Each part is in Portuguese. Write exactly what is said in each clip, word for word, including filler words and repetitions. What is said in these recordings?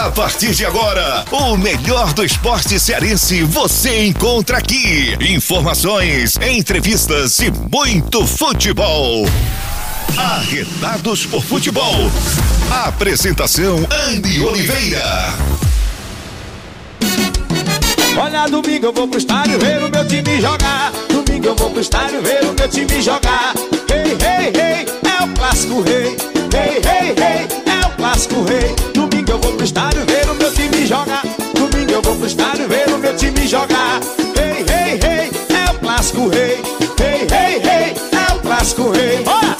A partir de agora, o melhor do esporte cearense você encontra aqui. Informações, entrevistas e muito futebol. Arretados por Futebol. Apresentação Andy Oliveira. Olha, domingo eu vou pro estádio ver o meu time jogar. Domingo eu vou pro estádio ver o meu time jogar. Hey, hey, hey, é o clássico rei. Hey, hey, hey, é o clássico rei. Domingo eu vou pro estádio ver o meu time jogar. Domingo eu vou pro estádio ver o meu time jogar. Hey, hey, hey, é o clássico rei. Hey, hey, hey, é o clássico rei. Bora!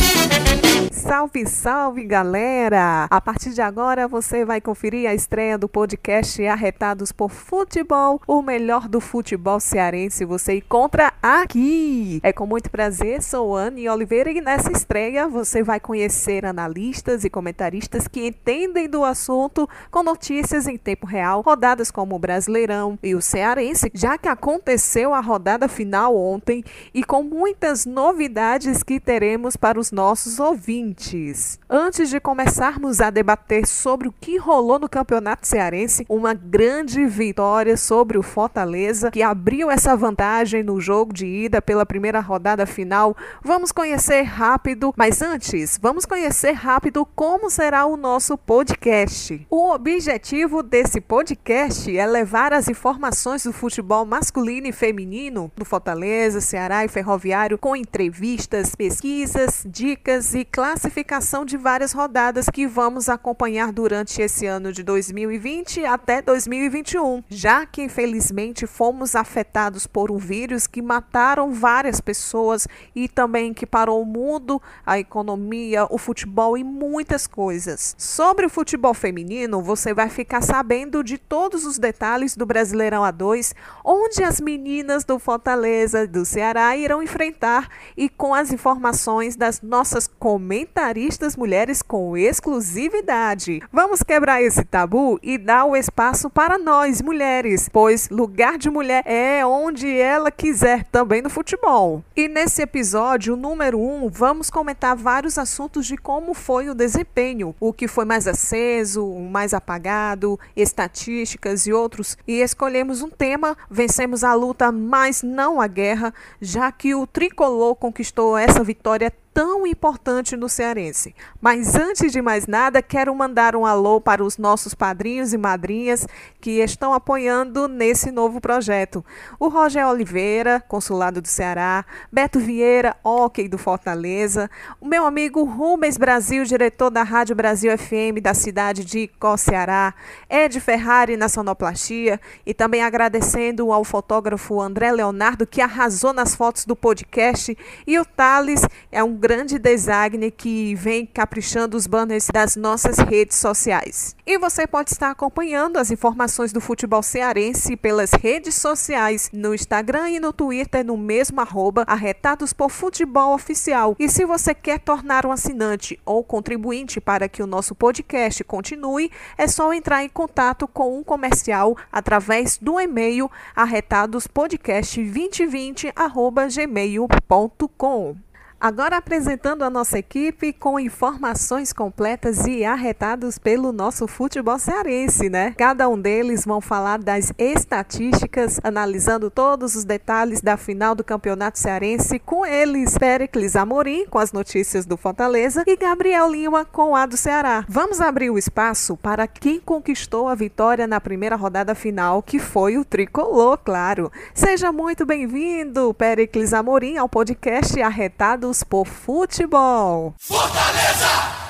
Salve, salve, galera! A partir de agora você vai conferir a estreia do podcast Arretados por Futebol, o melhor do futebol cearense você encontra aqui. É com muito prazer, sou Anny Oliveira e nessa estreia você vai conhecer analistas e comentaristas que entendem do assunto com notícias em tempo real, rodadas como o Brasileirão e o Cearense, já que aconteceu a rodada final ontem e com muitas novidades que teremos para os nossos ouvintes. Antes de começarmos a debater sobre o que rolou no Campeonato Cearense, uma grande vitória sobre o Fortaleza, que abriu essa vantagem no jogo de ida pela primeira rodada final, vamos conhecer rápido, mas antes, vamos conhecer rápido como será o nosso podcast. O objetivo desse podcast é levar as informações do futebol masculino e feminino do Fortaleza, Ceará e Ferroviário com entrevistas, pesquisas, dicas e classificações classificação de várias rodadas que vamos acompanhar durante esse ano de dois mil e vinte até dois mil e vinte e um, já que infelizmente fomos afetados por um vírus que mataram várias pessoas e também que parou o mundo, a economia, o futebol e muitas coisas. Sobre o futebol feminino, você vai ficar sabendo de todos os detalhes do Brasileirão A dois, onde as meninas do Fortaleza, do Ceará irão enfrentar e com as informações das nossas comentaristas comentaristas mulheres com exclusividade. Vamos quebrar esse tabu e dar o espaço para nós, mulheres, pois lugar de mulher é onde ela quiser, também no futebol. E nesse episódio, número um, vamos comentar vários assuntos de como foi o desempenho, o que foi mais aceso, o mais apagado, estatísticas e outros, e escolhemos um tema, vencemos a luta, mas não a guerra, já que o tricolor conquistou essa vitória tão importante no Cearense. Mas antes de mais nada, quero mandar um alô para os nossos padrinhos e madrinhas que estão apoiando nesse novo projeto. O Roger Oliveira, consulado do Ceará, Beto Vieira, hóquei do Fortaleza, o meu amigo Rubens Brasil, diretor da Rádio Brasil F M da cidade de Icó, Ceará, Ed Ferrari na sonoplastia e também agradecendo ao fotógrafo André Leonardo que arrasou nas fotos do podcast e o Thales é um grande designer que vem caprichando os banners das nossas redes sociais. E você pode estar acompanhando as informações do futebol cearense pelas redes sociais, no Instagram e no Twitter, no mesmo arroba Arretados por Futebol Oficial. E se você quer tornar um assinante ou contribuinte para que o nosso podcast continue, é só entrar em contato com um comercial através do e-mail arretadospodcast dois mil e vinte arroba gmail ponto com. Agora apresentando a nossa equipe com informações completas e arretados pelo nosso futebol cearense, né? Cada um deles vão falar das estatísticas, analisando todos os detalhes da final do Campeonato Cearense, com eles Péricles Amorim, com as notícias do Fortaleza, e Gabriel Lima, com a do Ceará. Vamos abrir o espaço para quem conquistou a vitória na primeira rodada final, que foi o tricolor, claro. Seja muito bem-vindo, Péricles Amorim, ao podcast Arretados por Futebol. Fortaleza!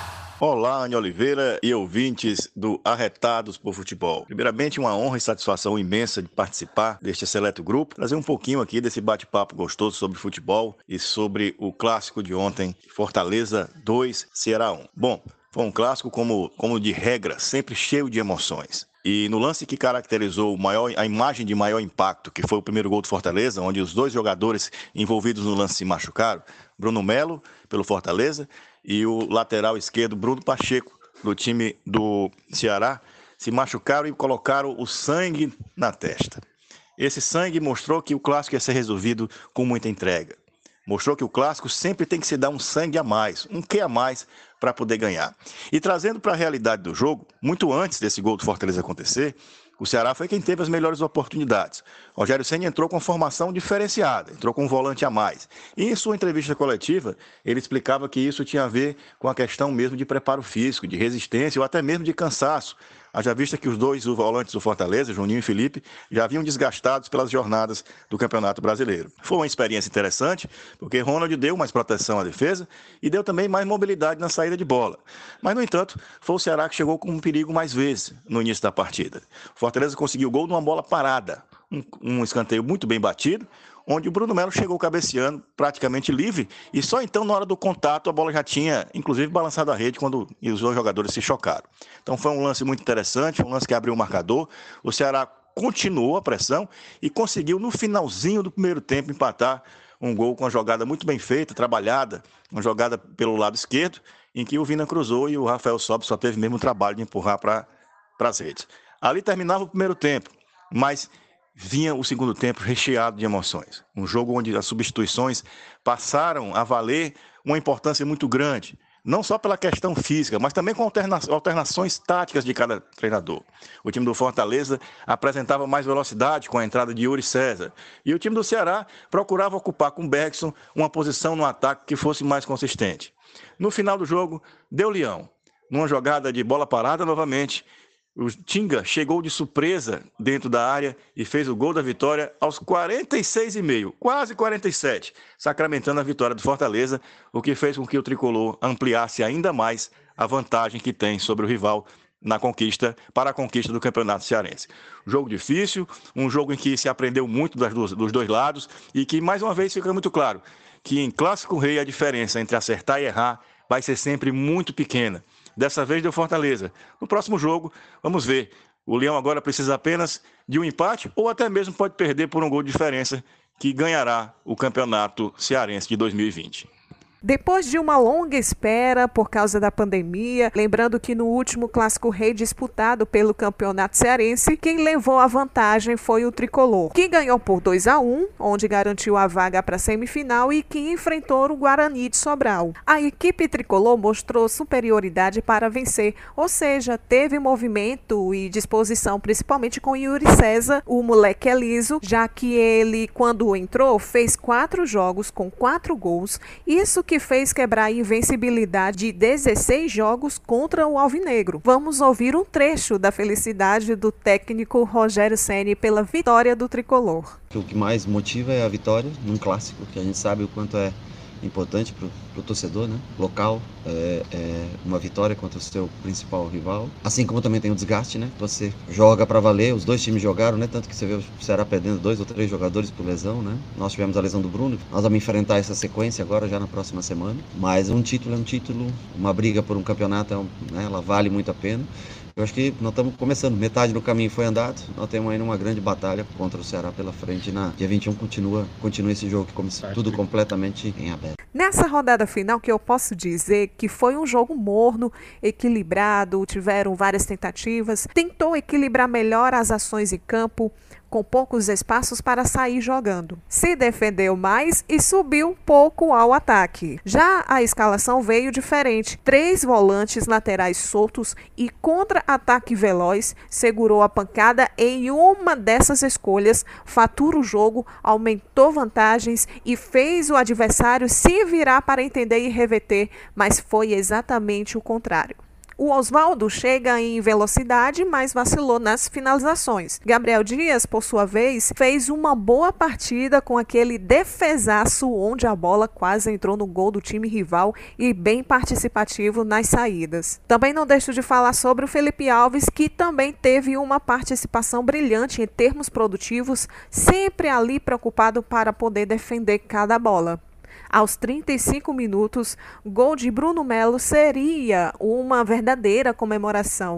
Olá, Anny Oliveira e ouvintes do Arretados por Futebol. Primeiramente, uma honra e satisfação imensa de participar deste seleto grupo, trazer um pouquinho aqui desse bate-papo gostoso sobre futebol e sobre o clássico de ontem, Fortaleza dois, Ceará um. Bom, foi um clássico como, como de regra, sempre cheio de emoções. E no lance que caracterizou o maior, a imagem de maior impacto, que foi o primeiro gol do Fortaleza, onde os dois jogadores envolvidos no lance se machucaram, Bruno Melo, pelo Fortaleza, e o lateral esquerdo, Bruno Pacheco, do time do Ceará, se machucaram e colocaram o sangue na testa. Esse sangue mostrou que o clássico ia ser resolvido com muita entrega. Mostrou que o clássico sempre tem que se dar um sangue a mais, um quê a mais para poder ganhar. E trazendo para a realidade do jogo, muito antes desse gol do Fortaleza acontecer, o Ceará foi quem teve as melhores oportunidades. Rogério Ceni entrou com formação diferenciada, entrou com um volante a mais. E em sua entrevista coletiva, ele explicava que isso tinha a ver com a questão mesmo de preparo físico, de resistência ou até mesmo de cansaço. Haja vista que os dois volantes do Fortaleza, Juninho e Felipe, já haviam desgastados pelas jornadas do Campeonato Brasileiro. Foi uma experiência interessante, porque Ronald deu mais proteção à defesa e deu também mais mobilidade na saída de bola. Mas, no entanto, foi o Ceará que chegou com um perigo mais vezes no início da partida. O Fortaleza conseguiu o gol numa bola parada, um, um escanteio muito bem batido, onde o Bruno Melo chegou cabeceando praticamente livre e só então, na hora do contato, a bola já tinha, inclusive, balançado a rede quando os dois jogadores se chocaram. Então foi um lance muito interessante, um lance que abriu o marcador. O Ceará continuou a pressão e conseguiu, no finalzinho do primeiro tempo, empatar um gol com uma jogada muito bem feita, trabalhada, uma jogada pelo lado esquerdo, em que o Vina cruzou e o Rafael Sobis só teve mesmo o trabalho de empurrar para as redes. Ali terminava o primeiro tempo, mas vinha o segundo tempo recheado de emoções. Um jogo onde as substituições passaram a valer uma importância muito grande, não só pela questão física, mas também com alterna- alternações táticas de cada treinador. O time do Fortaleza apresentava mais velocidade com a entrada de Yuri César, e o time do Ceará procurava ocupar com Bergson uma posição no ataque que fosse mais consistente. No final do jogo, deu leão. Numa jogada de bola parada novamente, o Tinga chegou de surpresa dentro da área e fez o gol da vitória aos quarenta e seis e meio, quase quarenta e sete, sacramentando a vitória do Fortaleza, o que fez com que o tricolor ampliasse ainda mais a vantagem que tem sobre o rival na conquista, para a conquista do Campeonato Cearense. Jogo difícil, um jogo em que se aprendeu muito das duas, dos dois lados e que, mais uma vez, fica muito claro que em Clássico Rei a diferença entre acertar e errar vai ser sempre muito pequena. Dessa vez deu Fortaleza. No próximo jogo, vamos ver. O Leão agora precisa apenas de um empate ou até mesmo pode perder por um gol de diferença que ganhará o Campeonato Cearense de dois mil e vinte. Depois de uma longa espera por causa da pandemia, lembrando que no último Clássico Rei disputado pelo Campeonato Cearense, quem levou a vantagem foi o Tricolor, que ganhou por dois a um, onde garantiu a vaga para a semifinal e que enfrentou o Guarani de Sobral. A equipe Tricolor mostrou superioridade para vencer, ou seja, teve movimento e disposição, principalmente com Yuri César, o moleque é liso, já que ele, quando entrou, fez quatro jogos com quatro gols, isso que que fez quebrar a invencibilidade de dezesseis jogos contra o Alvinegro. Vamos ouvir um trecho da felicidade do técnico Rogério Ceni pela vitória do Tricolor. O que mais motiva é a vitória num clássico, que a gente sabe o quanto é importante para o torcedor, né? Local, é, é uma vitória contra o seu principal rival. Assim como também tem o desgaste, né? Você joga para valer, os dois times jogaram, né? Tanto que você vê o Ceará perdendo dois ou três jogadores por lesão, né? Nós tivemos a lesão do Bruno, nós vamos enfrentar essa sequência agora já na próxima semana. Mas um título é um título, uma briga por um campeonato, é um, né? Ela vale muito a pena. Eu acho que nós estamos começando, metade do caminho foi andado, nós temos ainda uma grande batalha contra o Ceará pela frente. Na dia vinte e um continua, continua esse jogo que começou tudo completamente em aberto. Nessa rodada final, que eu posso dizer que foi um jogo morno, equilibrado, tiveram várias tentativas, tentou equilibrar melhor as ações em campo, com poucos espaços para sair jogando. Se defendeu mais e subiu um pouco ao ataque. Já a escalação veio diferente. Três volantes laterais soltos e contra-ataque veloz segurou a pancada em uma dessas escolhas, fatura o jogo, aumentou vantagens e fez o adversário se virar para entender e reverter, mas foi exatamente o contrário. O Oswaldo chega em velocidade, mas vacilou nas finalizações. Gabriel Dias, por sua vez, fez uma boa partida com aquele defesaço onde a bola quase entrou no gol do time rival e bem participativo nas saídas. Também não deixo de falar sobre o Felipe Alves, que também teve uma participação brilhante em termos produtivos, sempre ali preocupado para poder defender cada bola. Aos trinta e cinco minutos, gol de Bruno Melo seria uma verdadeira comemoração,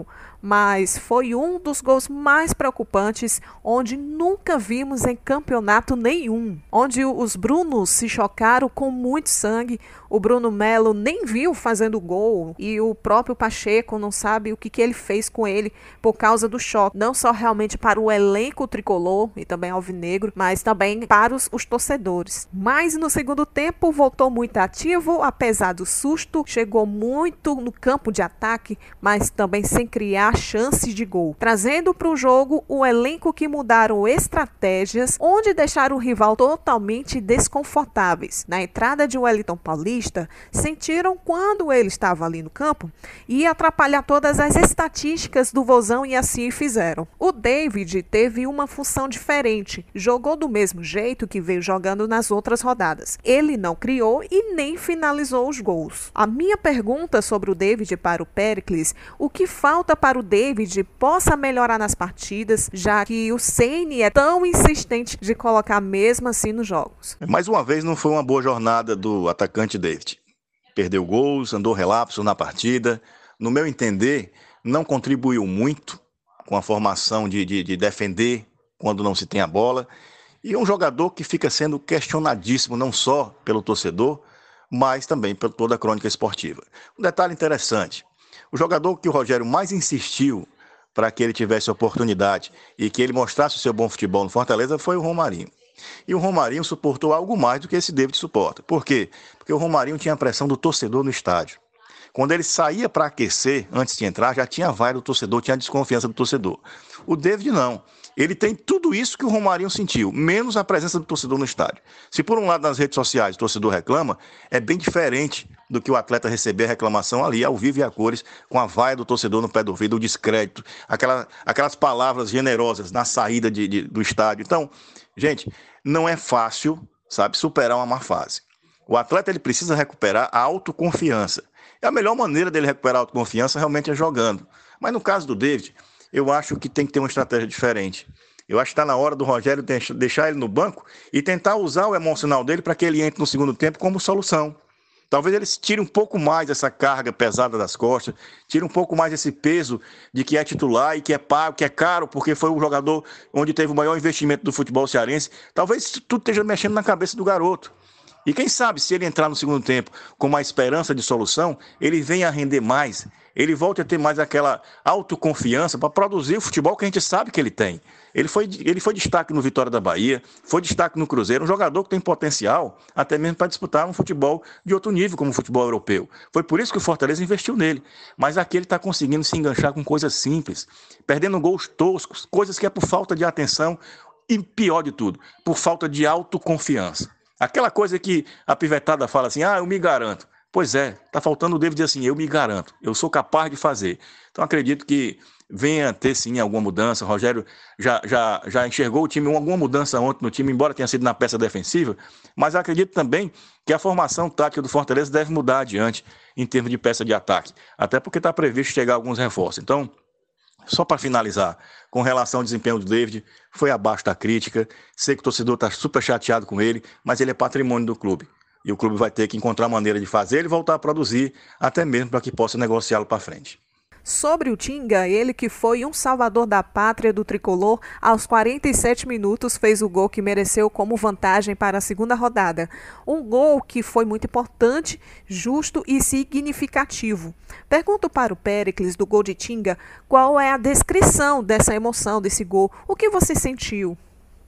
mas foi um dos gols mais preocupantes, onde nunca vimos em campeonato nenhum, onde os Brunos se chocaram com muito sangue. O Bruno Melo nem viu fazendo gol e o próprio Pacheco não sabe o que, que ele fez com ele por causa do choque, não só realmente para o elenco tricolor e também alvinegro, mas também para os, os torcedores. Mas no segundo tempo voltou muito ativo, apesar do susto, chegou muito no campo de ataque, mas também sem criar chances de gol, trazendo para o jogo o elenco que mudaram estratégias, onde deixaram o rival totalmente desconfortáveis. Na entrada de Wellington Paulista, sentiram quando ele estava ali no campo e atrapalhar todas as estatísticas do Vozão e assim fizeram. O David teve uma função diferente, jogou do mesmo jeito que veio jogando nas outras rodadas. Ele não criou e nem finalizou os gols. A minha pergunta sobre o David para o Péricles, o que falta para o David possa melhorar nas partidas, já que o Ceni é tão insistente de colocar mesmo assim nos jogos? Mais uma vez não foi uma boa jornada do atacante David. Perdeu gols, andou relapso na partida. No meu entender, não contribuiu muito com a formação de, de, de defender quando não se tem a bola. E é um jogador que fica sendo questionadíssimo não só pelo torcedor, mas também por toda a crônica esportiva. Um detalhe interessante, o jogador que o Rogério mais insistiu para que ele tivesse oportunidade e que ele mostrasse o seu bom futebol no Fortaleza foi o Romarinho. E o Romarinho suportou algo mais do que esse David suporta. Por quê? Porque o Romarinho tinha a pressão do torcedor no estádio. Quando ele saía para aquecer, antes de entrar, já tinha a vaia do torcedor, tinha a desconfiança do torcedor. O David não. Ele tem tudo isso que o Romarinho sentiu, menos a presença do torcedor no estádio. Se por um lado nas redes sociais o torcedor reclama, é bem diferente do que o atleta receber a reclamação ali ao vivo e a cores, com a vaia do torcedor no pé do ouvido, o descrédito, aquela, aquelas palavras generosas na saída de, de, do estádio. Então, gente, não é fácil, sabe, superar uma má fase. O atleta ele precisa recuperar a autoconfiança. E a melhor maneira dele recuperar a autoconfiança realmente é jogando. Mas no caso do David, eu acho que tem que ter uma estratégia diferente. Eu acho que está na hora do Rogério deixar ele no banco e tentar usar o emocional dele para que ele entre no segundo tempo como solução. Talvez ele tire um pouco mais essa carga pesada das costas, tire um pouco mais esse peso de que é titular e que é pago, que é caro, porque foi o jogador onde teve o maior investimento do futebol cearense. Talvez isso tudo esteja mexendo na cabeça do garoto. E quem sabe, se ele entrar no segundo tempo com uma esperança de solução, ele venha a render mais, ele volte a ter mais aquela autoconfiança para produzir o futebol que a gente sabe que ele tem. Ele foi, ele foi destaque no Vitória da Bahia, foi destaque no Cruzeiro, um jogador que tem potencial até mesmo para disputar um futebol de outro nível, como o futebol europeu. Foi por isso que o Fortaleza investiu nele. Mas aqui ele está conseguindo se enganchar com coisas simples, perdendo gols toscos, coisas que é por falta de atenção e, pior de tudo, por falta de autoconfiança. Aquela coisa que a pivetada fala assim, ah, eu me garanto. Pois é, está faltando o David dizer assim, eu me garanto, eu sou capaz de fazer. Então acredito que venha ter sim alguma mudança. O Rogério já, já, já enxergou o time, alguma mudança ontem no time, embora tenha sido na peça defensiva, mas acredito também que a formação tática do Fortaleza deve mudar adiante em termos de peça de ataque, até porque está previsto chegar alguns reforços. Então, só para finalizar, com relação ao desempenho do David, foi abaixo da crítica, sei que o torcedor está super chateado com ele, mas ele é patrimônio do clube. E o clube vai ter que encontrar maneira de fazer ele voltar a produzir, até mesmo para que possa negociá-lo para frente. Sobre o Tinga, ele que foi um salvador da pátria do tricolor, aos quarenta e sete minutos fez o gol que mereceu como vantagem para a segunda rodada. Um gol que foi muito importante, justo e significativo. Pergunto para o Péricles do gol de Tinga, qual é a descrição dessa emoção, desse gol? O que você sentiu?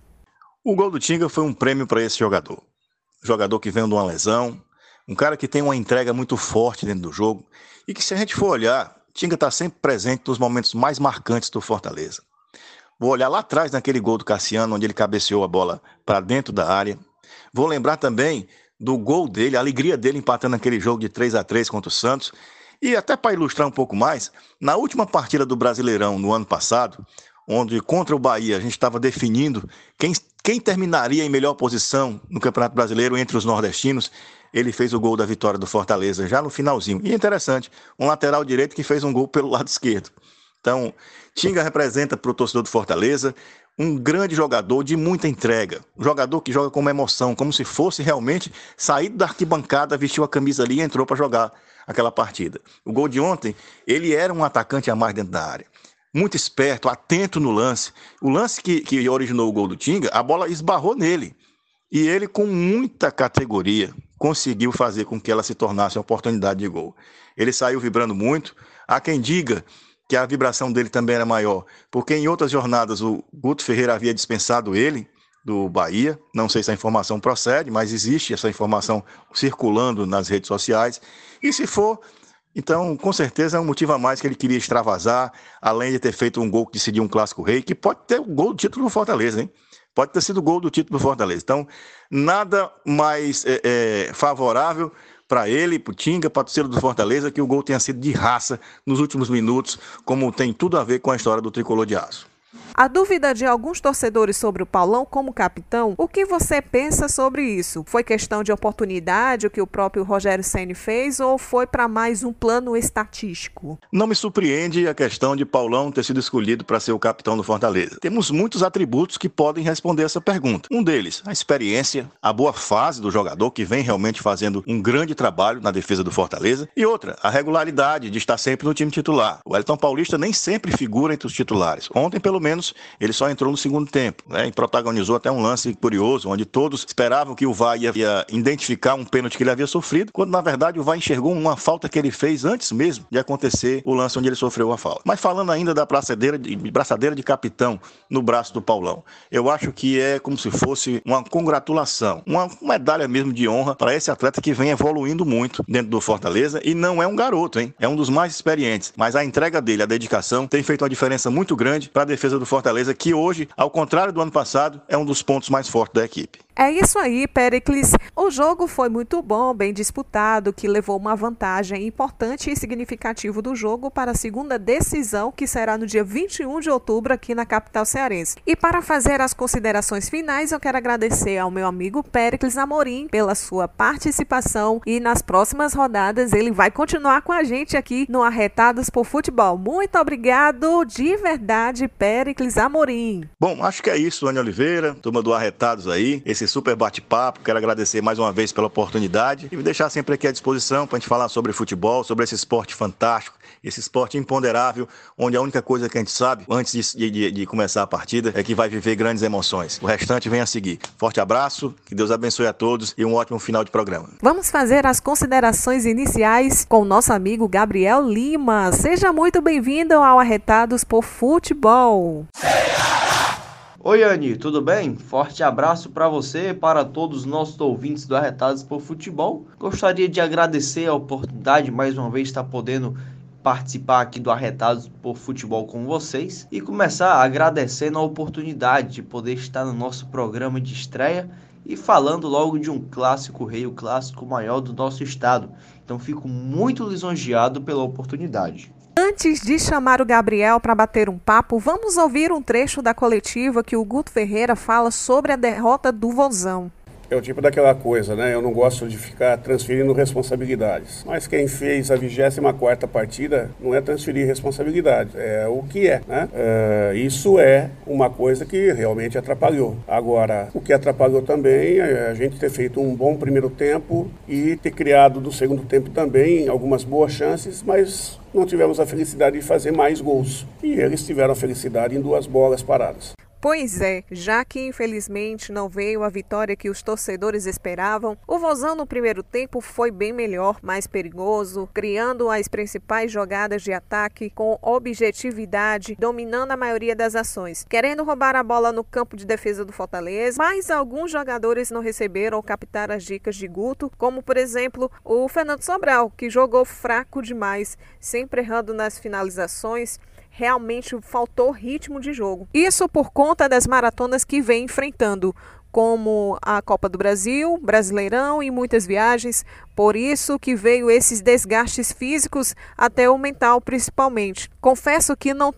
O gol do Tinga foi um prêmio para esse jogador. Jogador que vem de uma lesão, um cara que tem uma entrega muito forte dentro do jogo e que, se a gente for olhar, Tinga está sempre presente nos momentos mais marcantes do Fortaleza. Vou olhar lá atrás naquele gol do Cassiano, onde ele cabeceou a bola para dentro da área. Vou lembrar também do gol dele, a alegria dele empatando aquele jogo de três a três contra o Santos. E até para ilustrar um pouco mais, na última partida do Brasileirão no ano passado, onde contra o Bahia a gente estava definindo quem, quem terminaria em melhor posição no Campeonato Brasileiro entre os nordestinos, ele fez o gol da vitória do Fortaleza já no finalzinho. E é interessante, um lateral direito que fez um gol pelo lado esquerdo. Então, Tinga representa para o torcedor do Fortaleza um grande jogador de muita entrega. Um jogador que joga com uma emoção, como se fosse realmente sair da arquibancada, vestiu a camisa ali e entrou para jogar aquela partida. O gol de ontem, ele era um atacante a mais dentro da área. Muito esperto, atento no lance. O lance que, que originou o gol do Tinga, a bola esbarrou nele. E ele, com muita categoria, conseguiu fazer com que ela se tornasse uma oportunidade de gol. Ele saiu vibrando muito. Há quem diga que a vibração dele também era maior, porque em outras jornadas o Guto Ferreira havia dispensado ele do Bahia. Não sei se a informação procede, mas existe essa informação circulando nas redes sociais. E se for, então com certeza é um motivo a mais que ele queria extravasar, além de ter feito um gol que decidiu um clássico rei, que pode ter o gol do título do Fortaleza, hein? Pode ter sido o gol do título do Fortaleza. Então, nada mais é, é, favorável para ele, para o Tinga, para o torcedor do Fortaleza, que o gol tenha sido de raça nos últimos minutos, como tem tudo a ver com a história do Tricolor de Aço. A dúvida de alguns torcedores sobre o Paulão como capitão, o que você pensa sobre isso? Foi questão de oportunidade, o que o próprio Rogério Ceni fez, ou foi para mais um plano estatístico? Não me surpreende a questão de Paulão ter sido escolhido para ser o capitão do Fortaleza. Temos muitos atributos que podem responder essa pergunta. Um deles, a experiência, a boa fase do jogador, que vem realmente fazendo um grande trabalho na defesa do Fortaleza. E outra, a regularidade de estar sempre no time titular. O Wellington Paulista nem sempre figura entre os titulares. Ontem, pelo menos, ele só entrou no segundo tempo, né, e protagonizou até um lance curioso, onde todos esperavam que o V A R ia, ia identificar um pênalti que ele havia sofrido, quando na verdade o V A R enxergou uma falta que ele fez antes mesmo de acontecer o lance onde ele sofreu a falta. Mas falando ainda da braçadeira de, braçadeira de capitão no braço do Paulão, eu acho que é como se fosse uma congratulação, uma medalha mesmo de honra para esse atleta que vem evoluindo muito dentro do Fortaleza, e não é um garoto, hein? É um dos mais experientes, mas a entrega dele, a dedicação, tem feito uma diferença muito grande para a defesa do Fortaleza, que hoje, ao contrário do ano passado, é um dos pontos mais fortes da equipe. É isso aí, Péricles. O jogo foi muito bom, bem disputado, que levou uma vantagem importante e significativa do jogo para a segunda decisão, que será no dia vinte e um de outubro aqui na capital cearense. E para fazer as considerações finais, eu quero agradecer ao meu amigo Péricles Amorim pela sua participação, e nas próximas rodadas ele vai continuar com a gente aqui no Arretados por Futebol. Muito obrigado de verdade, Péricles Amorim. Bom, acho que é isso, Ana Oliveira, turma do Arretados aí, esse super bate-papo. Quero agradecer mais uma vez pela oportunidade e me deixar sempre aqui à disposição para a gente falar sobre futebol, sobre esse esporte fantástico, esse esporte imponderável, onde a única coisa que a gente sabe antes de, de, de começar a partida é que vai viver grandes emoções. O restante vem a seguir. Forte abraço, que Deus abençoe a todos e um ótimo final de programa. Vamos fazer as considerações iniciais com o nosso amigo Gabriel Lima. Seja muito bem-vindo ao Arretados por Futebol. Oi, Anny, tudo bem? Forte abraço para você e para todos os nossos ouvintes do Arretados por Futebol. Gostaria de agradecer a oportunidade, mais uma vez, de estar podendo participar aqui do Arretados por Futebol com vocês e começar agradecendo a oportunidade de poder estar no nosso programa de estreia e falando logo de um clássico rei, o clássico maior do nosso estado. Então fico muito lisonjeado pela oportunidade. Antes de chamar o Gabriel para bater um papo, vamos ouvir um trecho da coletiva que o Guto Ferreira fala sobre a derrota do Vozão. É o tipo daquela coisa, né? Eu não gosto de ficar transferindo responsabilidades. Mas quem fez a vigésima quarta partida não é transferir responsabilidade, é o que é, né? É, isso é uma coisa que realmente atrapalhou. Agora, o que atrapalhou também é a gente ter feito um bom primeiro tempo e ter criado do segundo tempo também algumas boas chances, mas não tivemos a felicidade de fazer mais gols. E eles tiveram a felicidade em duas bolas paradas. Pois é, já que infelizmente não veio a vitória que os torcedores esperavam, o Vozão no primeiro tempo foi bem melhor, mais perigoso, criando as principais jogadas de ataque com objetividade, dominando a maioria das ações, querendo roubar a bola no campo de defesa do Fortaleza, mas alguns jogadores não receberam ou captaram as dicas de Guto, como por exemplo o Fernando Sobral, que jogou fraco demais, sempre errando nas finalizações. Realmente faltou ritmo de jogo. Isso por conta das maratonas que vem enfrentando, como a Copa do Brasil, Brasileirão e muitas viagens. Por isso que veio esses desgastes físicos, até o mental principalmente. Confesso que não tenho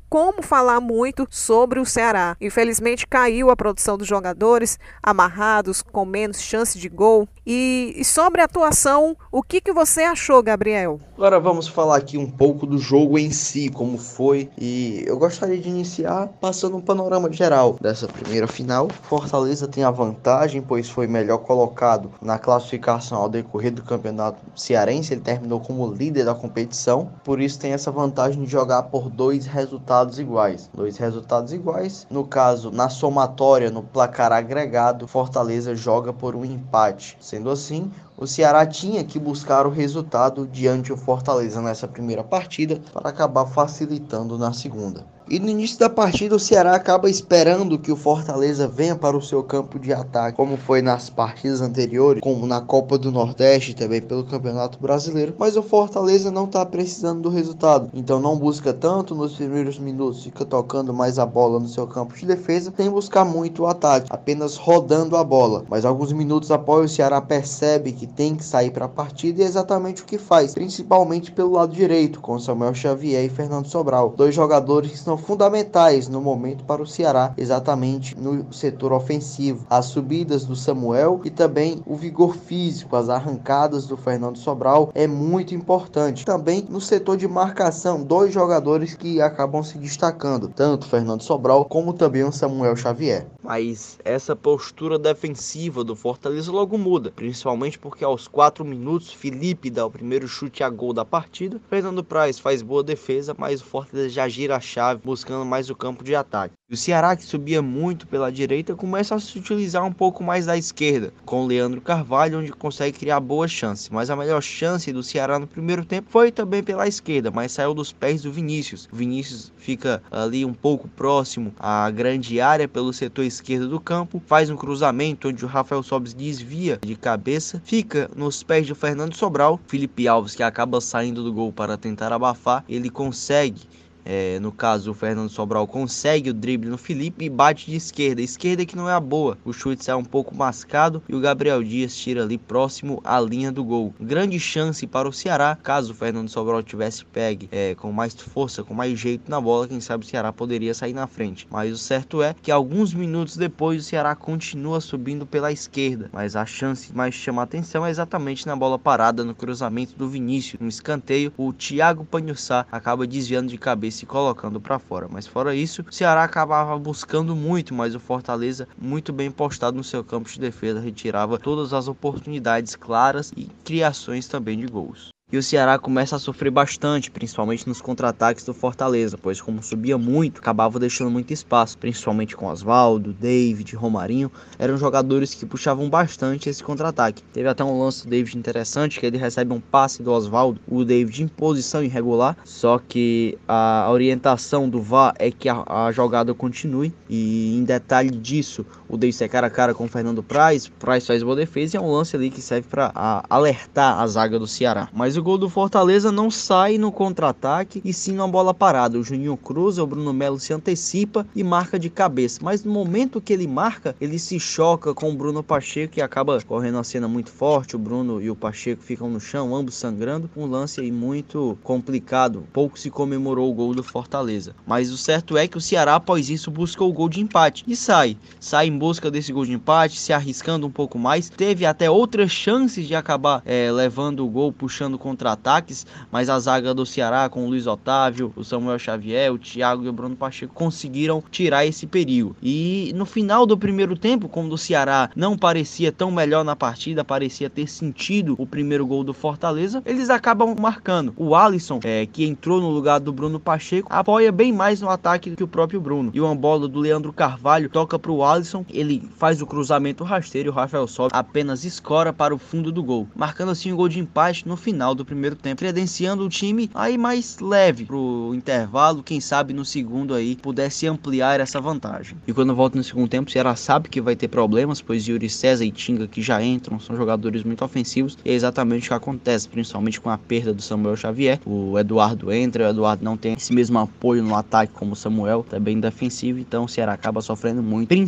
como falar muito sobre o Ceará. Infelizmente caiu a produção dos jogadores, amarrados, com menos chance de gol. E, e sobre a atuação, o que, que você achou, Gabriel? Agora vamos falar aqui um pouco do jogo em si, como foi. E eu gostaria de iniciar passando um panorama geral dessa primeira final. Fortaleza tem a vantagem, pois foi melhor colocado na classificação ao decorrer do campeonato cearense. Ele terminou como líder da competição, por isso tem essa vantagem de jogar por dois resultados iguais. Dois resultados iguais, no caso, na somatória, no placar agregado, Fortaleza joga por um empate. Sendo assim, o Ceará tinha que buscar o resultado diante do Fortaleza nessa primeira partida para acabar facilitando na segunda. E no início da partida o Ceará acaba esperando que o Fortaleza venha para o seu campo de ataque, como foi nas partidas anteriores, como na Copa do Nordeste e também pelo Campeonato Brasileiro. Mas o Fortaleza não está precisando do resultado, então não busca tanto nos primeiros minutos, fica tocando mais a bola no seu campo de defesa, sem buscar muito o ataque, apenas rodando a bola. Mas alguns minutos após o Ceará percebe que tem que sair para a partida e é exatamente o que faz, principalmente pelo lado direito, com Samuel Xavier e Fernando Sobral, dois jogadores que são fundamentais no momento para o Ceará, exatamente no setor ofensivo. As subidas do Samuel e também o vigor físico, as arrancadas do Fernando Sobral é muito importante. Também no setor de marcação, dois jogadores que acabam se destacando, tanto o Fernando Sobral como também o Samuel Xavier. Mas essa postura defensiva do Fortaleza logo muda, principalmente porque aos quatro minutos Felipe dá o primeiro chute a gol da partida, Fernando Praz faz boa defesa, mas o Fortaleza já gira a chave, buscando mais o campo de ataque. E o Ceará, que subia muito pela direita, começa a se utilizar um pouco mais da esquerda, com o Leandro Carvalho, onde consegue criar boas chances. Mas a melhor chance do Ceará no primeiro tempo foi também pela esquerda, mas saiu dos pés do Vinícius. O Vinícius fica ali um pouco próximo à grande área pelo setor esquerdo do campo, faz um cruzamento onde o Rafael Sobis desvia de cabeça, fica nos pés do Fernando Sobral. Felipe Alves, que acaba saindo do gol para tentar abafar, ele consegue É, no caso, o Fernando Sobral consegue o drible no Felipe e bate de esquerda. Esquerda que não é a boa. O chute sai um pouco mascado e o Gabriel Dias tira ali próximo à linha do gol. Grande chance para o Ceará. Caso o Fernando Sobral tivesse pegue é, com mais força, com mais jeito na bola, quem sabe o Ceará poderia sair na frente. Mas o certo é que alguns minutos depois o Ceará continua subindo pela esquerda. Mas a chance mais chama a atenção é exatamente na bola parada, no cruzamento do Vinícius. No escanteio, o Thiago Panhussá acaba desviando de cabeça se colocando para fora. Mas fora isso, o Ceará acabava buscando muito, mas o Fortaleza, muito bem postado no seu campo de defesa, retirava todas as oportunidades claras e criações também de gols. E o Ceará começa a sofrer bastante, principalmente nos contra-ataques do Fortaleza, pois como subia muito, acabava deixando muito espaço, principalmente com Oswaldo, David, Romarinho, eram jogadores que puxavam bastante esse contra-ataque. Teve até um lance do David interessante, que ele recebe um passe do Oswaldo, o David em posição irregular, só que a orientação do V A R é que a, a jogada continue, e em detalhe disso, o David é cara a cara com o Fernando Praz, Praz faz boa defesa e é um lance ali que serve para alertar a zaga do Ceará. Mas o gol do Fortaleza não sai no contra-ataque e sim numa bola parada. O Juninho cruza, o Bruno Melo se antecipa e marca de cabeça. Mas no momento que ele marca, ele se choca com o Bruno Pacheco, que acaba correndo uma cena muito forte. O Bruno e o Pacheco ficam no chão, ambos sangrando. Um lance aí muito complicado. Pouco se comemorou o gol do Fortaleza. Mas o certo é que o Ceará, após isso, busca o gol de empate. E sai. Sai em busca desse gol de empate, se arriscando um pouco mais. Teve até outras chances de acabar é, levando o gol, puxando o contra-ataques, mas a zaga do Ceará com o Luiz Otávio, o Samuel Xavier, o Thiago e o Bruno Pacheco conseguiram tirar esse perigo. E no final do primeiro tempo, quando o Ceará não parecia tão melhor na partida, parecia ter sentido o primeiro gol do Fortaleza, eles acabam marcando. O Alisson, é, que entrou no lugar do Bruno Pacheco, apoia bem mais no ataque do que o próprio Bruno. E uma bola do Leandro Carvalho toca para o Alisson, ele faz o cruzamento rasteiro e o Rafael Sobis apenas escora para o fundo do gol, marcando assim o gol de empate no final do primeiro tempo, credenciando o time aí mais leve pro intervalo, quem sabe no segundo aí pudesse ampliar essa vantagem. E quando volta no segundo tempo, o Ceará sabe que vai ter problemas, pois Yuri César e Tinga, que já entram, são jogadores muito ofensivos, e é exatamente o que acontece, principalmente com a perda do Samuel Xavier. O Eduardo entra, o Eduardo não tem esse mesmo apoio no ataque como o Samuel, também defensivo, então o Ceará acaba sofrendo muito, principalmente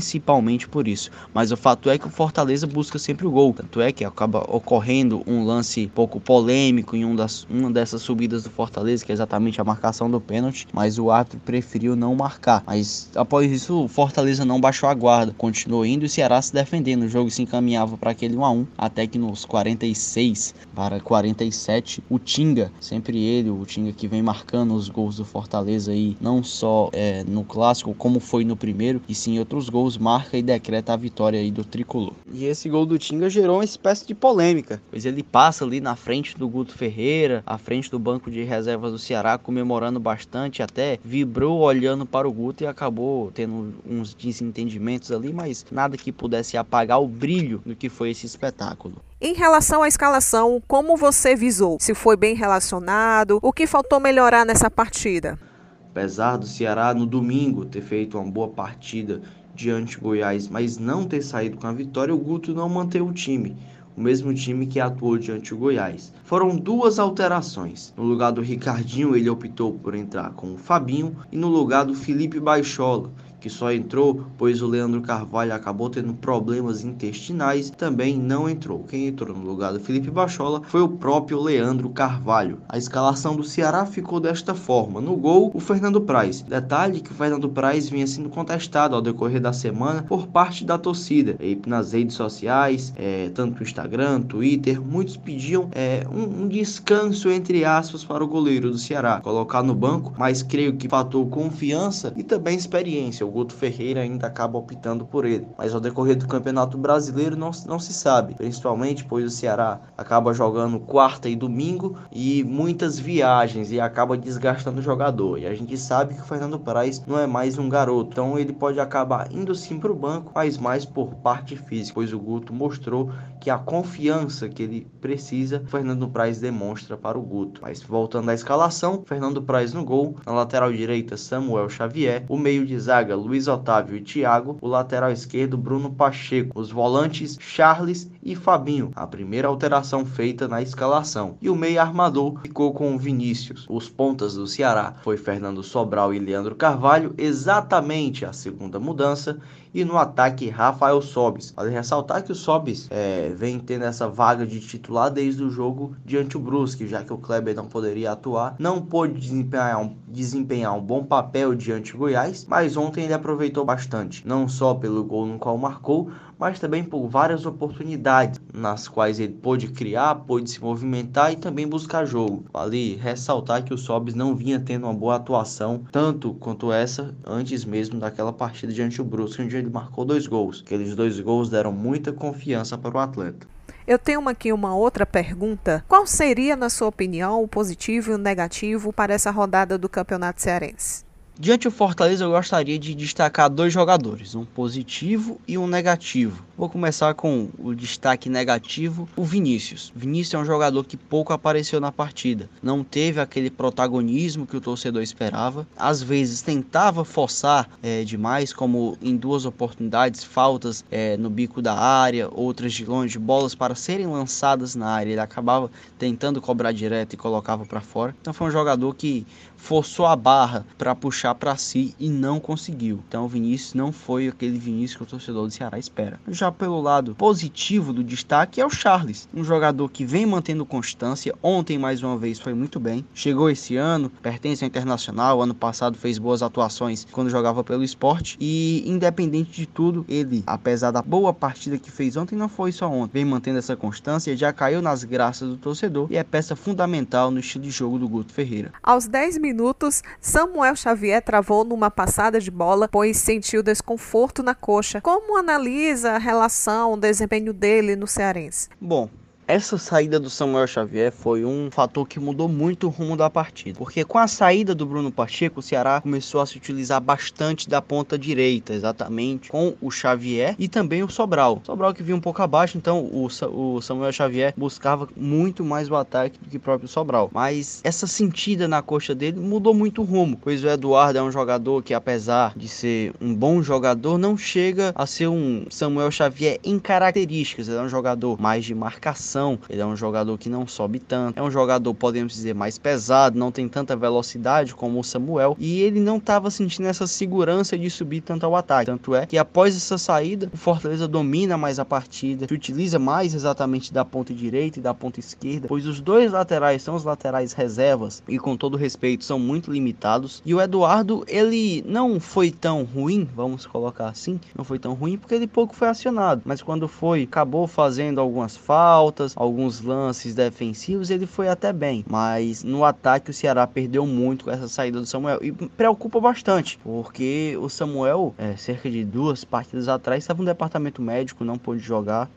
somente por isso. Mas o fato é que o Fortaleza busca sempre o gol. Tanto é que acaba ocorrendo um lance pouco polêmico em um das, uma dessas subidas do Fortaleza, que é exatamente a marcação do pênalti, mas o árbitro preferiu não marcar. Mas após isso, o Fortaleza não baixou a guarda, continuou indo e o Ceará se defendendo. O jogo se encaminhava para aquele um a um, até que nos quarenta e seis para quarenta e sete, o Tinga, sempre ele, o Tinga que vem marcando os gols do Fortaleza aí, não só é, no clássico, como foi no primeiro, e sim outros gols, marca e decreta a vitória aí do tricolor. E esse gol do Tinga gerou uma espécie de polêmica, pois ele passa ali na frente do Guto Ferreira, à frente do banco de reservas do Ceará, comemorando bastante, até vibrou olhando para o Guto e acabou tendo uns desentendimentos ali, mas nada que pudesse apagar o brilho do que foi esse espetáculo. Em relação à escalação, como você visou? Se foi bem relacionado? O que faltou melhorar nessa partida? Apesar do Ceará no domingo ter feito uma boa partida diante do Goiás, mas não ter saído com a vitória, o Guto não manteve o time. O mesmo time que atuou diante do Goiás. Foram duas alterações. No lugar do Ricardinho, ele optou por entrar com o Fabinho e no lugar do Felipe Baixola, que só entrou pois o Leandro Carvalho acabou tendo problemas intestinais, também não entrou. Quem entrou no lugar do Felipe Baixola foi o próprio Leandro Carvalho. A escalação do Ceará ficou desta forma. No gol, o Fernando Praz. Detalhe que o Fernando Praz vinha sendo contestado ao decorrer da semana por parte da torcida. E nas redes sociais, é, tanto no Instagram, Twitter, muitos pediam é, um, um descanso, entre aspas, para o goleiro do Ceará. Colocar no banco, mas creio que faltou confiança e também experiência. O Guto Ferreira ainda acaba optando por ele, mas ao decorrer do Campeonato Brasileiro não, não se sabe, principalmente pois o Ceará acaba jogando quarta e domingo e muitas viagens e acaba desgastando o jogador, e a gente sabe que o Fernando Praz não é mais um garoto, então ele pode acabar indo sim para o banco, mas mais por parte física, pois o Guto mostrou que a confiança que ele precisa, o Fernando Praz demonstra para o Guto. Mas voltando à escalação, Fernando Praz no gol, na lateral direita Samuel Xavier, o meio de zaga Luiz Otávio e Thiago, o lateral esquerdo Bruno Pacheco, os volantes Charles e Fabinho, a primeira alteração feita na escalação, e o meio armador ficou com o Vinícius. Os pontas do Ceará foi Fernando Sobral e Leandro Carvalho, exatamente a segunda mudança, e no ataque Rafael Sobis. Vale ressaltar que o Sobis é, vem tendo essa vaga de titular desde o jogo diante o Brusque, já que o Kleber não poderia atuar, não pôde desempenhar um, desempenhar um bom papel diante do Goiás, mas ontem ele aproveitou bastante, não só pelo gol no qual marcou, mas também por várias oportunidades nas quais ele pôde criar, pôde se movimentar e também buscar jogo. Vale ressaltar que o Sobis não vinha tendo uma boa atuação, tanto quanto essa, antes mesmo daquela partida diante do Brusque, onde ele marcou dois gols. Aqueles dois gols deram muita confiança para o atleta. Eu tenho aqui uma outra pergunta. Qual seria, na sua opinião, o positivo e o negativo para essa rodada do Campeonato Cearense? Diante do Fortaleza, eu gostaria de destacar dois jogadores, um positivo e um negativo. Vou começar com o destaque negativo, o Vinícius. Vinícius é um jogador que pouco apareceu na partida, não teve aquele protagonismo que o torcedor esperava. Às vezes tentava forçar é, demais, como em duas oportunidades, faltas é, no bico da área, outras de longe, bolas para serem lançadas na área. Ele acabava tentando cobrar direto e colocava para fora. Então foi um jogador que forçou a barra para puxar para si e não conseguiu. Então o Vinícius não foi aquele Vinícius que o torcedor do Ceará espera. Já pelo lado positivo do destaque é o Charles, um jogador que vem mantendo constância. Ontem mais uma vez foi muito bem, chegou esse ano, pertence ao Internacional, ano passado fez boas atuações quando jogava pelo Sport e independente de tudo, ele, apesar da boa partida que fez ontem, não foi só ontem, vem mantendo essa constância, já caiu nas graças do torcedor e é peça fundamental no estilo de jogo do Guto Ferreira. Aos dez minutos, Samuel Xavier travou numa passada de bola, pois sentiu desconforto na coxa. Como analisa a relação, o desempenho dele no Cearense? Bom, essa saída do Samuel Xavier foi um fator que mudou muito o rumo da partida, porque com a saída do Bruno Pacheco, o Ceará começou a se utilizar bastante da ponta direita, exatamente com o Xavier e também o Sobral. Sobral que vinha um pouco abaixo, então o, o Samuel Xavier buscava muito mais o ataque do que o próprio Sobral. Mas essa sentida na coxa dele mudou muito o rumo, pois o Eduardo é um jogador que, apesar de ser um bom jogador, não chega a ser um Samuel Xavier em características. Ele é um jogador mais de marcação, marcação, ele é um jogador que não sobe tanto, é um jogador, podemos dizer, mais pesado, não tem tanta velocidade como o Samuel, e ele não estava sentindo essa segurança de subir tanto ao ataque. Tanto é que após essa saída, o Fortaleza domina mais a partida, se utiliza mais exatamente da ponta direita e da ponta esquerda, pois os dois laterais são os laterais reservas e, com todo respeito, são muito limitados. E o Eduardo, ele não foi tão ruim, vamos colocar assim, não foi tão ruim porque ele pouco foi acionado, mas quando foi, acabou fazendo algumas faltas, alguns lances defensivos, ele foi até bem, mas no ataque o Ceará perdeu muito com essa saída do Samuel, e preocupa bastante, porque o Samuel, é, cerca de duas partidas atrás, estava no departamento médico, não pôde jogar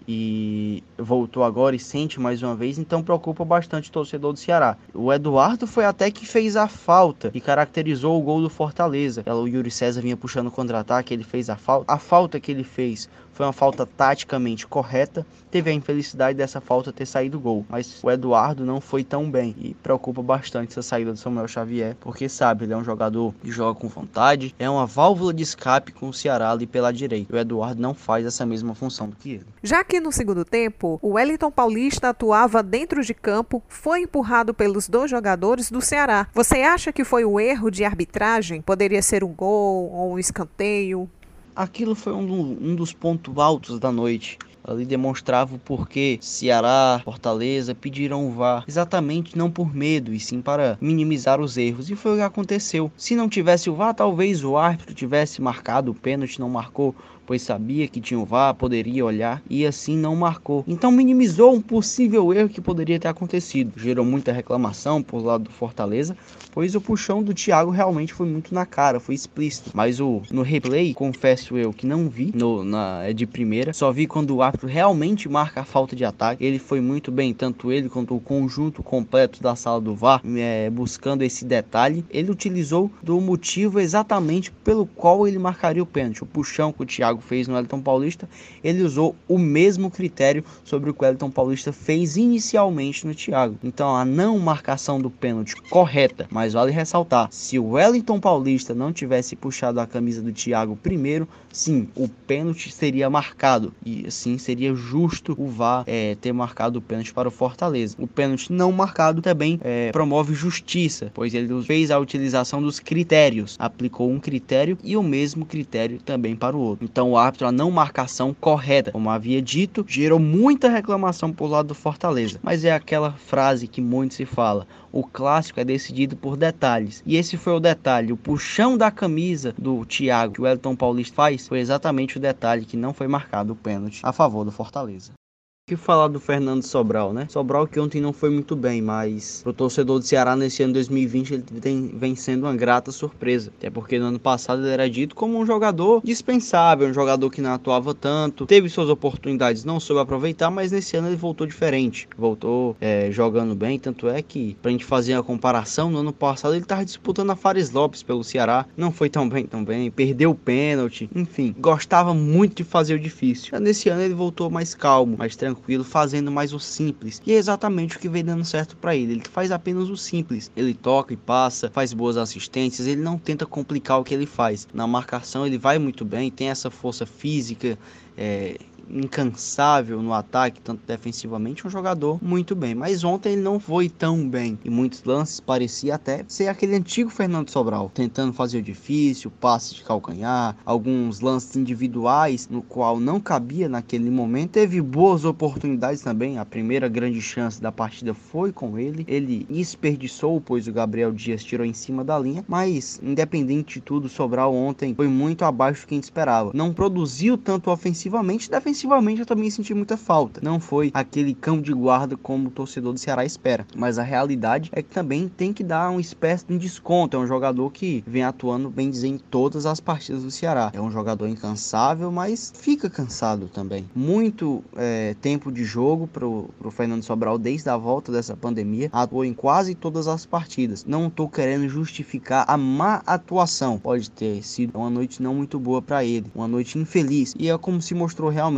e voltou agora e sente mais uma vez, então preocupa bastante o torcedor do Ceará. O Eduardo foi até que fez a falta e caracterizou o gol do Fortaleza. O Yuri César vinha puxando o contra-ataque, ele fez a falta. A falta que ele fez foi uma falta taticamente correta, teve a infelicidade dessa falta ter saído gol, mas o Eduardo não foi tão bem e preocupa bastante essa saída do Samuel Xavier, porque sabe, ele é um jogador que joga com vontade, é uma válvula de escape com o Ceará ali pela direita. O Eduardo não faz essa mesma função do que ele. Já que no segundo tempo, o Wellington Paulista atuava dentro de campo, foi empurrado pelos dois jogadores do Ceará. Você acha que foi um erro de arbitragem? Poderia ser um gol ou um escanteio? Aquilo foi um, um dos pontos altos da noite. Ali demonstrava o porquê Ceará, Fortaleza pediram o V A R, exatamente não por medo, e sim para minimizar os erros, e foi o que aconteceu. Se não tivesse o V A R, talvez o árbitro tivesse marcado o pênalti, não marcou, pois sabia que tinha o V A R, poderia olhar, e assim não marcou. Então minimizou um possível erro que poderia ter acontecido. Gerou muita reclamação por lado do Fortaleza, pois o puxão do Thiago realmente foi muito na cara, foi explícito. Mas o, no replay, confesso eu que não vi no, na, de primeira, só vi quando o árbitro realmente marca a falta de ataque. Ele foi muito bem, tanto ele quanto o conjunto completo da sala do V A R, é, buscando esse detalhe. Ele utilizou do motivo exatamente pelo qual ele marcaria o pênalti. O puxão que o Thiago fez no Wellington Paulista, ele usou o mesmo critério sobre o que o Wellington Paulista fez inicialmente no Thiago. Então a não marcação do pênalti correta, mas vale ressaltar, se o Wellington Paulista não tivesse puxado a camisa do Thiago primeiro, sim, o pênalti seria marcado, e assim seria justo o V A R é, ter marcado o pênalti para o Fortaleza. O pênalti não marcado também é, promove justiça, pois ele fez a utilização dos critérios, aplicou um critério e o mesmo critério também para o outro. Então o árbitro, a não marcação correta, como havia dito, gerou muita reclamação por lado do Fortaleza, mas é aquela frase que muito se fala: o clássico é decidido por detalhes, e esse foi o detalhe. O puxão da camisa do Thiago que o Wellington Paulista faz foi exatamente o detalhe que não foi marcado o pênalti a favor do Fortaleza. O que falar do Fernando Sobral, né? Sobral que ontem não foi muito bem, mas pro torcedor do Ceará nesse ano dois mil e vinte ele tem, vem sendo uma grata surpresa. Até porque no ano passado ele era dito como um jogador dispensável, um jogador que não atuava tanto, teve suas oportunidades, não soube aproveitar, mas nesse ano ele voltou diferente, voltou é, jogando bem. Tanto é que, pra gente fazer a comparação, no ano passado ele tava disputando a Fares Lopes pelo Ceará, não foi tão bem também, perdeu o pênalti, enfim, gostava muito de fazer o difícil. Nesse ano ele voltou mais calmo, mais tranquilo, tranquilo, fazendo mais o simples, e é exatamente o que vem dando certo para ele. Ele faz apenas o simples, ele toca e passa, faz boas assistências, ele não tenta complicar o que ele faz. Na marcação ele vai muito bem, tem essa força física é, incansável no ataque, tanto defensivamente, um jogador muito bem. Mas ontem ele não foi tão bem, e muitos lances parecia até ser aquele antigo Fernando Sobral, tentando fazer o difícil, passe de calcanhar, alguns lances individuais no qual não cabia naquele momento. Teve boas oportunidades também, a primeira grande chance da partida foi com ele, ele desperdiçou, pois o Gabriel Dias tirou em cima da linha, mas independente de tudo, Sobral ontem foi muito abaixo do que a gente esperava. Não produziu tanto ofensivamente, defensivamente Defensivamente eu também senti muita falta. Não foi aquele cão de guarda como o torcedor do Ceará espera. Mas a realidade é que também tem que dar uma espécie de desconto. É um jogador que vem atuando, bem dizer, em todas as partidas do Ceará. É um jogador incansável, mas fica cansado também. Muito é, tempo de jogo pro, pro Fernando Sobral desde a volta dessa pandemia. Atuou em quase todas as partidas. Não tô querendo justificar a má atuação. Pode ter sido uma noite não muito boa para ele. Uma noite infeliz. E é como se mostrou realmente.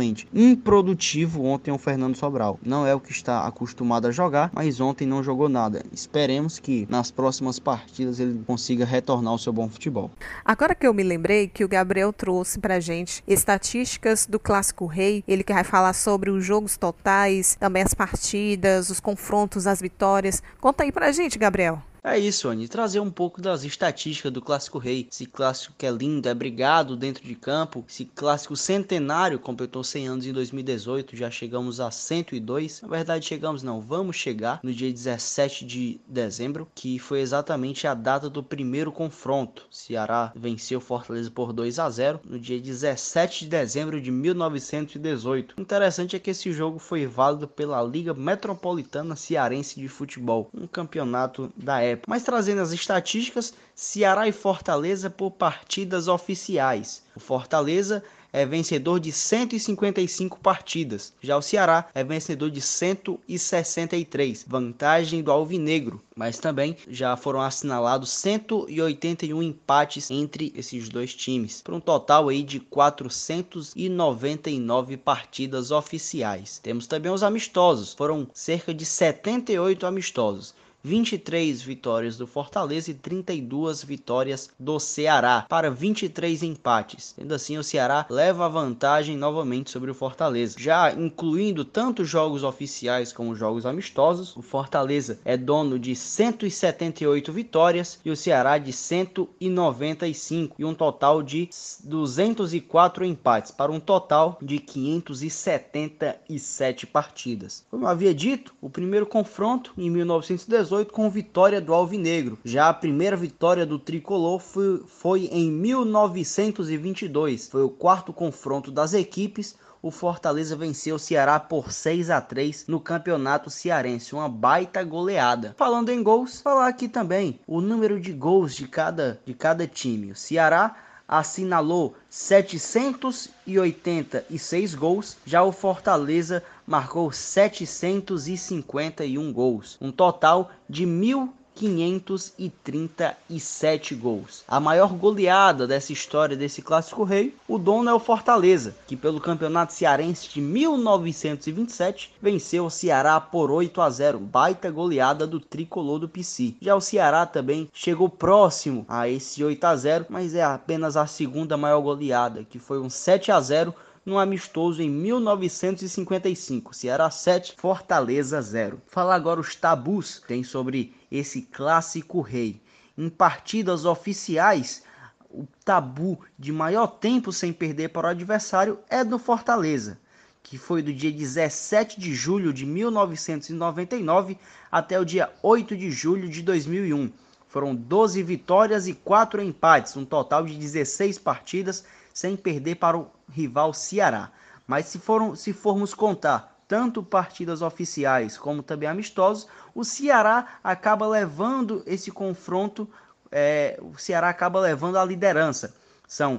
realmente improdutivo ontem o Fernando Sobral. Não é o que está acostumado a jogar, mas ontem não jogou nada. Esperemos que nas próximas partidas ele consiga retornar ao seu bom futebol. Agora que eu me lembrei que o Gabriel trouxe pra gente estatísticas do Clássico Rei, ele que vai falar sobre os jogos totais, também as partidas, os confrontos, as vitórias. Conta aí pra gente, Gabriel. É isso, Anny, trazer um pouco das estatísticas do Clássico Rei. Esse clássico que é lindo, é brigado dentro de campo. Esse clássico centenário, completou cem anos em dois mil e dezoito, já chegamos a cento e dois. Na verdade, chegamos não, vamos chegar no dia dezessete de dezembro, que foi exatamente a data do primeiro confronto. Ceará venceu Fortaleza por dois a zero no dia dezessete de dezembro de mil novecentos e dezoito. O interessante é que esse jogo foi válido pela Liga Metropolitana Cearense de Futebol, um campeonato da época. Mas trazendo as estatísticas, Ceará e Fortaleza por partidas oficiais. O Fortaleza é vencedor de cento e cinquenta e cinco partidas. Já o Ceará é vencedor de cento e sessenta e três, vantagem do Alvinegro. Mas também já foram assinalados cento e oitenta e um empates entre esses dois times, para um total aí de quatrocentas e noventa e nove partidas oficiais. Temos também os amistosos, foram cerca de setenta e oito amistosos. vinte e três vitórias do Fortaleza e trinta e duas vitórias do Ceará, para vinte e três empates. Sendo assim, o Ceará leva a vantagem novamente sobre o Fortaleza. Já incluindo tanto jogos oficiais como jogos amistosos, o Fortaleza é dono de cento e setenta e oito vitórias e o Ceará de cento e noventa e cinco, e um total de duzentos e quatro empates, para um total de quinhentas e setenta e sete partidas. Como eu havia dito, o primeiro confronto em mil novecentos e dezoito com vitória do Alvinegro. Já a primeira vitória do Tricolor foi, foi em mil novecentos e vinte e dois. Foi o quarto confronto das equipes. O Fortaleza venceu o Ceará por seis a três no Campeonato Cearense, uma baita goleada. Falando em gols, falar aqui também o número de gols de cada, de cada time. O Ceará assinalou setecentos e oitenta e seis gols, já o Fortaleza marcou setecentos e cinquenta e um gols, um total de mil quinhentos e trinta e sete gols. A maior goleada dessa história desse Clássico Rei, o dono é o Fortaleza, que pelo Campeonato Cearense de mil novecentos e vinte e sete venceu o Ceará por oito a zero, baita goleada do tricolor do P C. Já o Ceará também chegou próximo a esse oito a zero, mas é apenas a segunda maior goleada, que foi um sete a zero no amistoso em mil novecentos e cinquenta e cinco, Ceará sete, Fortaleza zero. Falar agora os tabus tem sobre esse Clássico Rei. Em partidas oficiais, o tabu de maior tempo sem perder para o adversário é do Fortaleza, que foi do dia dezessete de julho de mil novecentos e noventa e nove até o dia oito de julho de dois mil e um. Foram doze vitórias e quatro empates, um total de dezesseis partidas sem perder para o rival Ceará. Mas se, foram, se formos contar tanto partidas oficiais como também amistosos, o Ceará acaba levando esse confronto, é, o Ceará acaba levando a liderança. São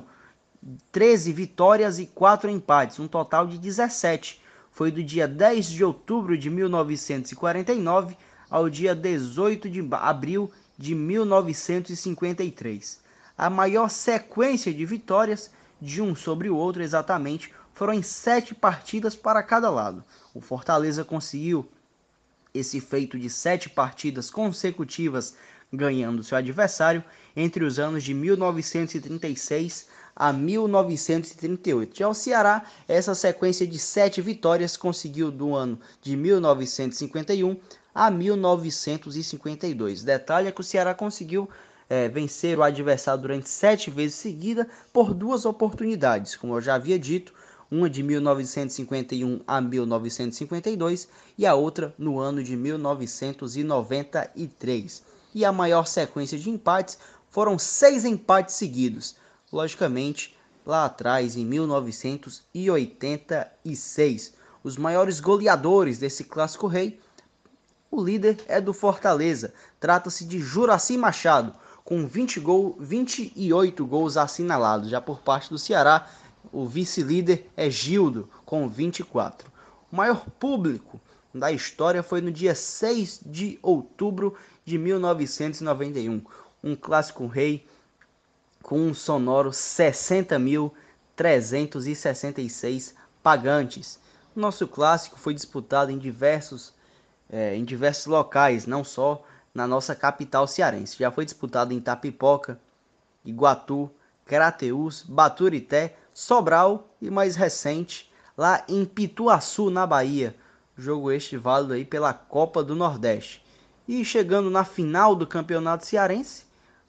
treze vitórias e quatro empates, um total de dezessete. Foi do dia dez de outubro de mil novecentos e quarenta e nove ao dia dezoito de abril de mil novecentos e cinquenta e três. A maior sequência de vitórias de um sobre o outro exatamente foram em sete partidas para cada lado. O Fortaleza conseguiu esse feito de sete partidas consecutivas ganhando seu adversário entre os anos de mil novecentos e trinta e seis a mil novecentos e trinta e oito. Já o Ceará, essa sequência de sete vitórias conseguiu do ano de mil novecentos e cinquenta e um a mil novecentos e cinquenta e dois. Detalhe é que o Ceará conseguiu É, vencer o adversário durante sete vezes seguidas por duas oportunidades, como eu já havia dito, uma de mil novecentos e cinquenta e um a mil novecentos e cinquenta e dois e a outra no ano de mil novecentos e noventa e três. E a maior sequência de empates foram seis empates seguidos, logicamente lá atrás em mil novecentos e oitenta e seis. Os maiores goleadores desse Clássico Rei, o líder é do Fortaleza, trata-se de Juracy Machado, com vinte, gol, vinte e oito gols assinalados. Já por parte do Ceará, o vice-líder é Gildo, com vinte e quatro. O maior público da história foi no dia seis de outubro de mil novecentos e noventa e um. Um Clássico Rei com um sonoro sessenta mil trezentos e sessenta e seis pagantes. O nosso clássico foi disputado em diversos, é, em diversos locais, não só na nossa capital cearense. Já foi disputado em Itapipoca, Iguatu, Crateús, Baturité, Sobral e mais recente lá em Pituaçu, na Bahia. Jogo este válido aí pela Copa do Nordeste. E chegando na final do Campeonato Cearense,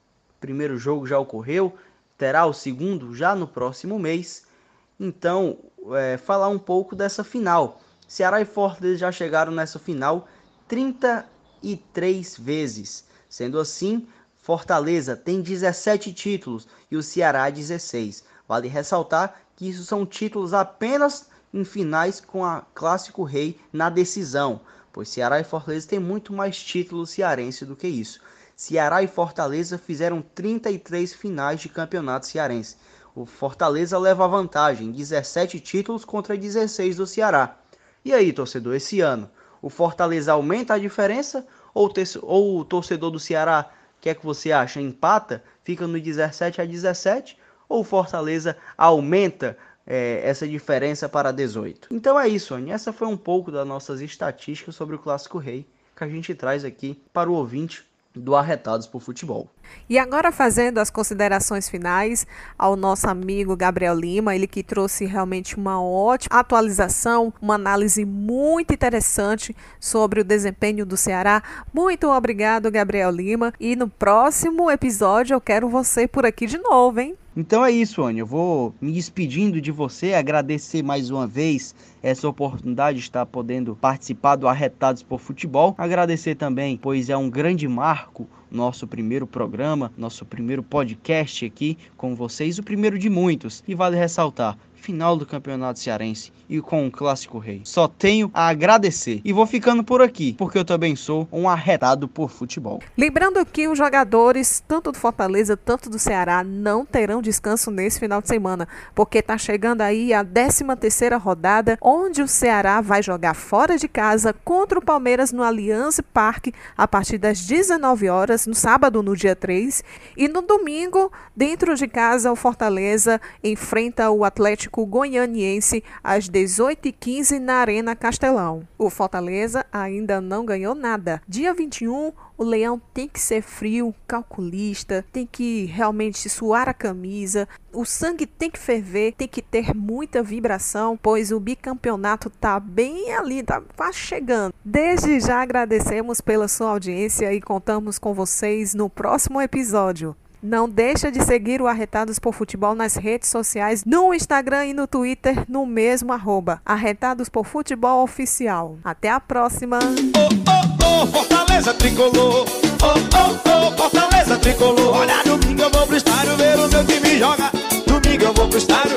o primeiro jogo já ocorreu, terá o segundo já no próximo mês. Então, é, falar um pouco dessa final. Ceará e Fortaleza já chegaram nessa final trinta e três vezes. Sendo assim, Fortaleza tem dezessete títulos e o Ceará dezesseis. Vale ressaltar que isso são títulos apenas em finais com a Clássico Rei na decisão, pois Ceará e Fortaleza têm muito mais títulos cearense do que isso. Ceará e Fortaleza fizeram trinta e três finais de campeonato cearense. O Fortaleza leva a vantagem, dezessete títulos contra dezesseis do Ceará. E aí, torcedor, esse ano, o Fortaleza aumenta a diferença ou, ou o torcedor do Ceará, o que é que você acha, empata, fica no dezessete a dezessete, ou o Fortaleza aumenta é, essa diferença para dezoito? Então é isso, Anny. Essa foi um pouco das nossas estatísticas sobre o Clássico Rei que a gente traz aqui para o ouvinte do Arretados por Futebol. E agora, fazendo as considerações finais ao nosso amigo Gabriel Lima, ele que trouxe realmente uma ótima atualização, uma análise muito interessante sobre o desempenho do Ceará. Muito obrigado, Gabriel Lima, e no próximo episódio eu quero você por aqui de novo, hein? Então é isso, Anny. Eu vou me despedindo de você, agradecer mais uma vez essa oportunidade de estar podendo participar do Arretados por Futebol. Agradecer também, pois é um grande marco, nosso primeiro programa, nosso primeiro podcast aqui com vocês, o primeiro de muitos. E vale ressaltar, final do Campeonato Cearense e com o Clássico Rei. Só tenho a agradecer. E vou ficando por aqui, porque eu também sou um arretado por futebol. Lembrando que os jogadores, tanto do Fortaleza, tanto do Ceará, não terão descanso nesse final de semana, porque tá chegando aí a décima terceira rodada, onde o Ceará vai jogar fora de casa contra o Palmeiras no Allianz Parque, a partir das dezenove horas, no sábado, no dia três, e no domingo, dentro de casa, o Fortaleza enfrenta o Atlético Goianiense às dezoito e quinze na Arena Castelão. O Fortaleza ainda não ganhou nada. Dia vinte e um, o Leão tem que ser frio, calculista, tem que realmente suar a camisa, o sangue tem que ferver, tem que ter muita vibração, pois o bicampeonato tá bem ali, tá quase chegando. Desde já agradecemos pela sua audiência e contamos com vocês no próximo episódio. Não deixa de seguir o Arretados por Futebol nas redes sociais, no Instagram e no Twitter, no mesmo arroba, Arretados por Futebol Oficial. Até a próxima! Oh, oh, oh, Fortaleza tricolor! Oh, oh, oh, Fortaleza tricolor! Olha, domingo eu vou pro estádio ver o meu time jogar. Domingo eu vou pro estádio